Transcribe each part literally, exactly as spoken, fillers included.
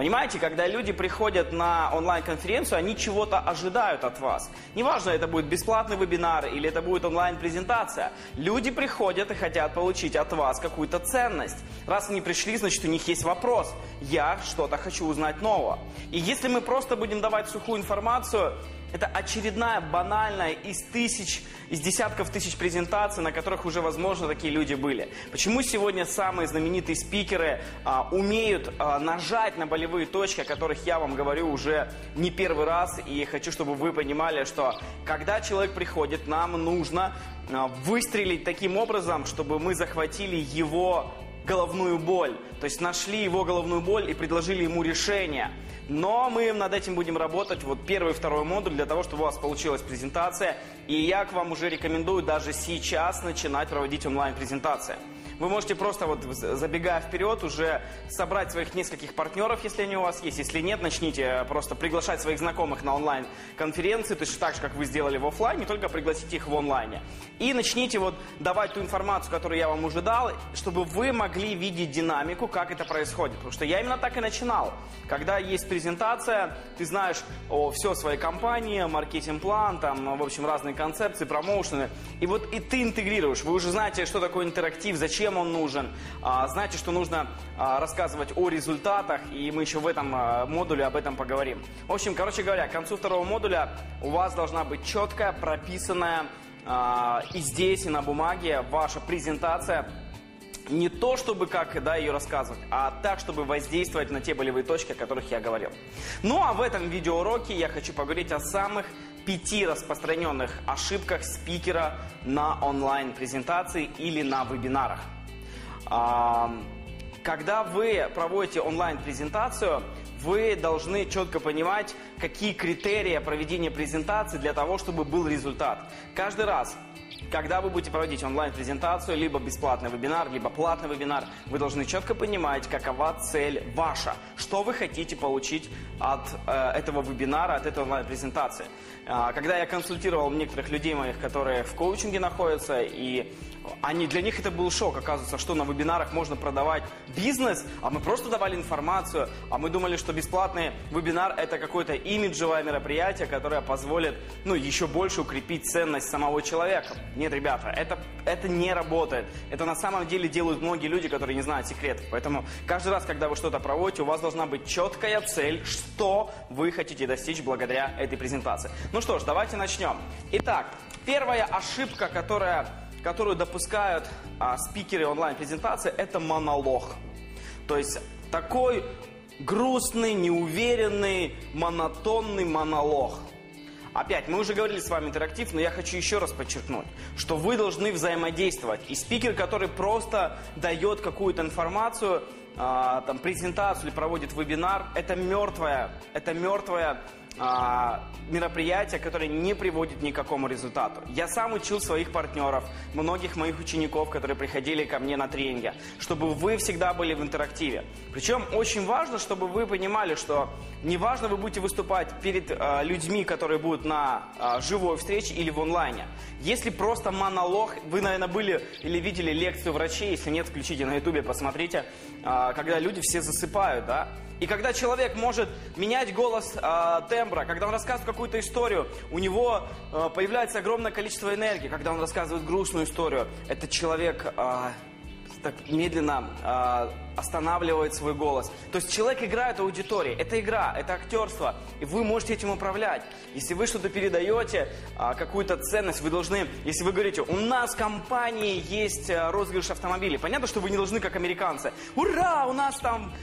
Понимаете, когда люди приходят на онлайн-конференцию, они чего-то ожидают от вас. Неважно, это будет бесплатный вебинар или это будет онлайн-презентация. Люди приходят и хотят получить от вас какую-то ценность. Раз они пришли, значит, у них есть вопрос. Я что-то хочу узнать нового. И если мы просто будем давать сухую информацию, это очередная банальная из тысяч, из десятков тысяч презентаций, на которых уже, возможно, такие люди были. Почему сегодня самые знаменитые спикеры а, умеют а, нажать на болевые точки, о которых я вам говорю уже не первый раз, и хочу, чтобы вы понимали, что когда человек приходит, нам нужно а, выстрелить таким образом, чтобы мы захватили его головную боль. То есть нашли его головную боль и предложили ему решение. Но мы над этим будем работать, вот первый и второй модуль, для того, чтобы у вас получилась презентация. И я к вам уже рекомендую даже сейчас начинать проводить онлайн-презентации. Вы можете просто, вот забегая вперед, уже собрать своих нескольких партнеров, если они у вас есть. Если нет, начните просто приглашать своих знакомых на онлайн-конференции, точно так же, как вы сделали в офлайне, только пригласите их в онлайне. И начните вот давать ту информацию, которую я вам уже дал, чтобы вы могли видеть динамику, как это происходит. Потому что я именно так и начинал. Когда есть презентация, ты знаешь о все своей компании, маркетинг-план, там, в общем, разные концепции, промоушены. И вот и ты интегрируешь. Вы уже знаете, что такое интерактив, зачем он нужен. А, знаете, что нужно а, рассказывать о результатах, и мы еще в этом а, модуле об этом поговорим. В общем, короче говоря, к концу второго модуля у вас должна быть четкая, прописанная а, и здесь, и на бумаге ваша презентация. Не то, чтобы как да, ее рассказывать, а так, чтобы воздействовать на те болевые точки, о которых я говорил. Ну, а в этом видеоуроке я хочу поговорить о самых пяти распространенных ошибках спикера на онлайн-презентации или на вебинарах. Когда вы проводите онлайн-презентацию, вы должны четко понимать, какие критерии проведения презентации для того, чтобы был результат. Каждый раз, когда вы будете проводить онлайн-презентацию, либо бесплатный вебинар, либо платный вебинар, вы должны четко понимать, какова цель ваша, что вы хотите получить от э, этого вебинара, от этой онлайн-презентации. Э, когда я консультировал некоторых людей моих, которые в коучинге находятся, и они, для них это был шок, оказывается, что на вебинарах можно продавать бизнес, а мы просто давали информацию, а мы думали, что бесплатный вебинар это какое-то имиджевое мероприятие, которое позволит, ну, еще больше укрепить ценность самого человека. Нет, ребята, это, это не работает. Это на самом деле делают многие люди, которые не знают секретов. Поэтому каждый раз, когда вы что-то проводите, у вас должна быть четкая цель, что вы хотите достичь благодаря этой презентации. Ну что ж, давайте начнем. Итак, первая ошибка, которая... которую допускают а, спикеры онлайн-презентации, это монолог. То есть такой грустный, неуверенный, монотонный монолог. Опять, мы уже говорили с вами интерактив, но я хочу еще раз подчеркнуть, что вы должны взаимодействовать. И спикер, который просто дает какую-то информацию, а, там, презентацию или проводит вебинар, это мертвое, это мертвое а, мероприятие, которое не приводит ни к какому результату. Я сам учил своих партнеров, многих моих учеников, которые приходили ко мне на тренинги, чтобы вы всегда были в интерактиве. Причем очень важно, чтобы вы понимали, что неважно, вы будете выступать перед а, людьми, которые будут на а, живой встрече или в онлайне. Если просто монолог, вы, наверное, были или видели лекцию врачей, если нет, включите на ютубе, посмотрите, а, когда люди все засыпают, да? И когда человек может менять голос э, тембра, когда он рассказывает какую-то историю, у него э, появляется огромное количество энергии. Когда он рассказывает грустную историю, этот человек э, так медленно э, останавливает свой голос. То есть человек играет в аудитории. Это игра, это актерство. И вы можете этим управлять. Если вы что-то передаете, э, какую-то ценность, вы должны... Если вы говорите, у нас в компании есть э, розыгрыш автомобилей. Понятно, что вы не должны, как американцы. Ура, у нас там...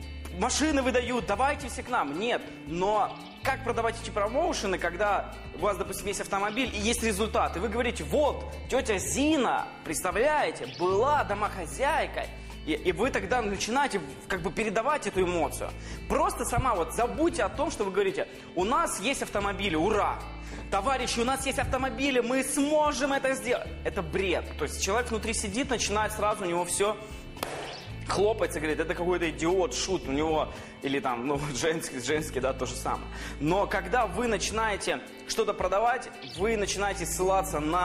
машины выдают, давайте все к нам. Нет, но как продавать эти промоушены, когда у вас, допустим, есть автомобиль и есть результат, и вы говорите, вот, тетя Зина, представляете, была домохозяйкой, и, и вы тогда начинаете как бы передавать эту эмоцию. Просто сама вот забудьте о том, что вы говорите, у нас есть автомобили, ура! Товарищи, у нас есть автомобили, мы сможем это сделать. Это бред. То есть человек внутри сидит, начинает сразу, у него все... хлопается, говорит, это какой-то идиот, шут, у него, или там, ну, женский, женский, да, то же самое. Но когда вы начинаете что-то продавать, вы начинаете ссылаться на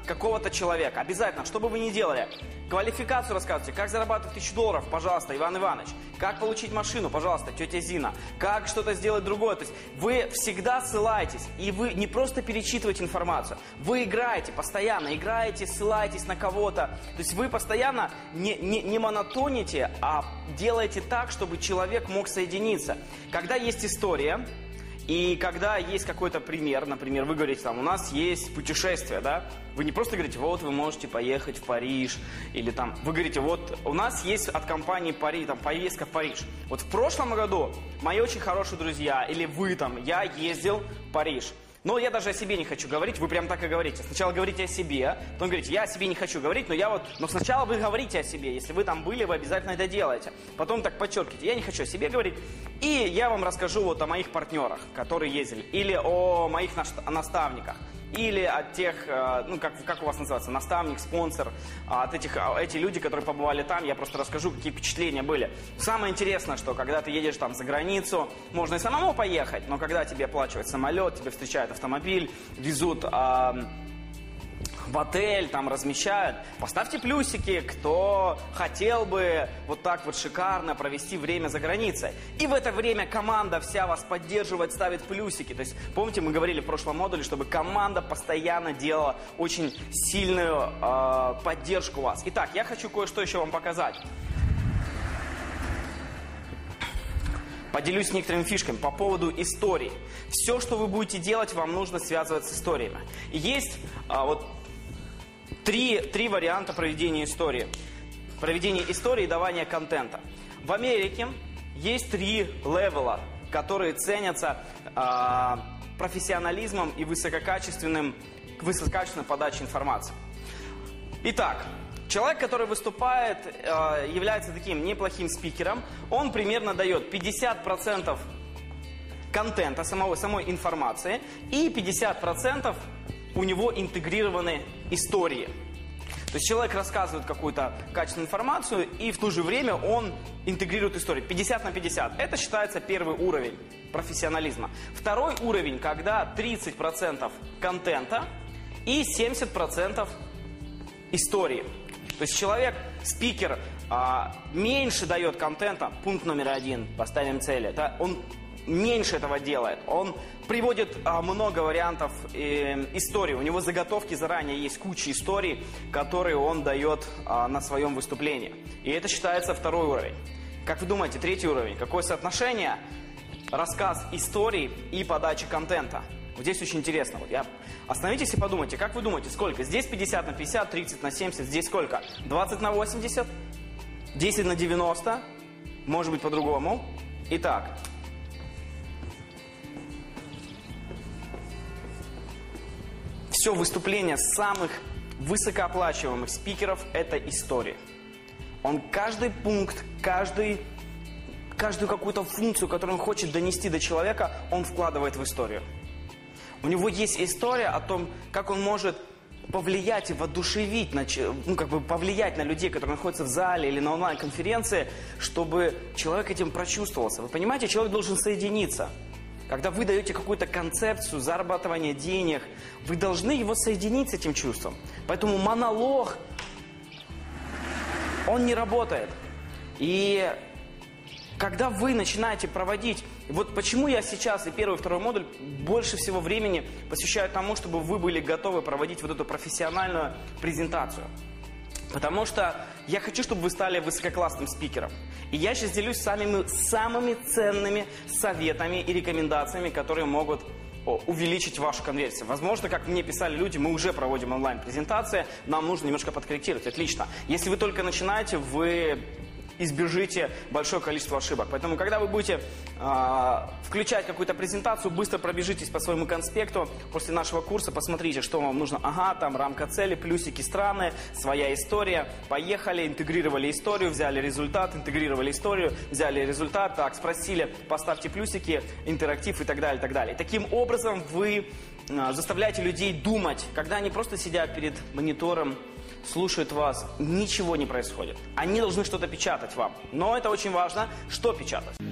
какого-то человека. Обязательно, что бы вы ни делали. Квалификацию рассказывайте, как зарабатывать тысячу долларов, пожалуйста, Иван Иванович. Как получить машину, пожалуйста, тетя Зина. Как что-то сделать другое. То есть вы всегда ссылаетесь, и вы не просто перечитываете информацию. Вы играете, постоянно играете, ссылаетесь на кого-то. То есть вы постоянно не, не, не монотоните, а делаете так, чтобы человек мог соединиться. Когда есть история, и когда есть какой-то пример, например, вы говорите, там, у нас есть путешествие, да, вы не просто говорите, вот вы можете поехать в Париж, или там, вы говорите, вот у нас есть от компании Париж, там, поездка в Париж. Вот в прошлом году мои очень хорошие друзья, или вы там, я ездил в Париж. Но я даже о себе не хочу говорить, вы прям так и говорите. Сначала говорите о себе, потом говорите, я о себе не хочу говорить, но я вот... Но сначала вы говорите о себе, если вы там были, вы обязательно это делаете. Потом так подчеркивайте, я не хочу о себе говорить. И я вам расскажу вот о моих партнерах, которые ездили, или о моих наставниках. Или от тех, ну как, как у вас называется, наставник, спонсор, от этих, эти люди, которые побывали там, я просто расскажу, какие впечатления были. Самое интересное, что когда ты едешь там за границу, можно и самому поехать, но когда тебе оплачивают самолет, тебе встречают автомобиль, везут а, в отель, там размещают, поставьте плюсики, кто хотел бы вот так вот шикарно провести время за границей. И в это время команда вся вас поддерживает, ставит плюсики. То есть, помните, мы говорили в прошлом модуле, чтобы команда постоянно делала очень сильную э, поддержку вас. Итак, я хочу кое-что еще вам показать. Поделюсь некоторыми фишками по поводу историй. Все, что вы будете делать, вам нужно связывать с историями. И есть а, вот три, три варианта проведения истории. Проведение истории и давания контента. В Америке есть три левела, которые ценятся а, профессионализмом и высококачественным, высококачественной подачей информации. Итак, человек, который выступает, является таким неплохим спикером. Он примерно дает пятьдесят процентов контента, самого, самой информации, и пятьдесят процентов у него интегрированы истории. То есть человек рассказывает какую-то качественную информацию, и в то же время он интегрирует историю. пятьдесят на пятьдесят. Это считается первый уровень профессионализма. Второй уровень, когда тридцать процентов контента и семьдесят процентов истории. То есть человек, спикер, а, меньше дает контента, пункт номер один, поставим цели, да, он меньше этого делает, он приводит а, много вариантов э, истории, у него заготовки заранее есть, куча историй, которые он дает а, на своем выступлении. И это считается второй уровень. Как вы думаете, третий уровень, какое соотношение рассказ историй и подачи контента? Вот здесь очень интересно. Вот я... Остановитесь и подумайте, как вы думаете, сколько? Здесь пятьдесят на пятьдесят, тридцать на семьдесят, здесь сколько? двадцать на восемьдесят, десять на девяносто, может быть по-другому. Итак, все выступление самых высокооплачиваемых спикеров – это история. Он каждый пункт, каждый, каждую какую-то функцию, которую он хочет донести до человека, он вкладывает в историю. У него есть история о том, как он может повлиять и воодушевить, на, ну, как бы повлиять на людей, которые находятся в зале или на онлайн-конференции, чтобы человек этим прочувствовался. Вы понимаете, человек должен соединиться. Когда вы даете какую-то концепцию зарабатывания денег, вы должны его соединить с этим чувством. Поэтому монолог, он не работает. И когда вы начинаете проводить... Вот почему я сейчас и первый, и второй модуль больше всего времени посвящаю тому, чтобы вы были готовы проводить вот эту профессиональную презентацию. Потому что я хочу, чтобы вы стали высококлассным спикером. И я сейчас делюсь самыми, самыми ценными советами и рекомендациями, которые могут увеличить вашу конверсию. Возможно, как мне писали люди, мы уже проводим онлайн-презентации, нам нужно немножко подкорректировать. Отлично. Если вы только начинаете, вы избежите большое количество ошибок. Поэтому, когда вы будете э, включать какую-то презентацию, быстро пробежитесь по своему конспекту. После нашего курса посмотрите, что вам нужно. Ага, там рамка цели, плюсики страны, своя история. Поехали, интегрировали историю, взяли результат, интегрировали историю, взяли результат, так, спросили, поставьте плюсики, интерактив и так далее, и так далее. Таким образом, вы э, заставляете людей думать, когда они просто сидят перед монитором, слушают вас, ничего не происходит. Они должны что-то печатать вам. Но это очень важно, что печатать.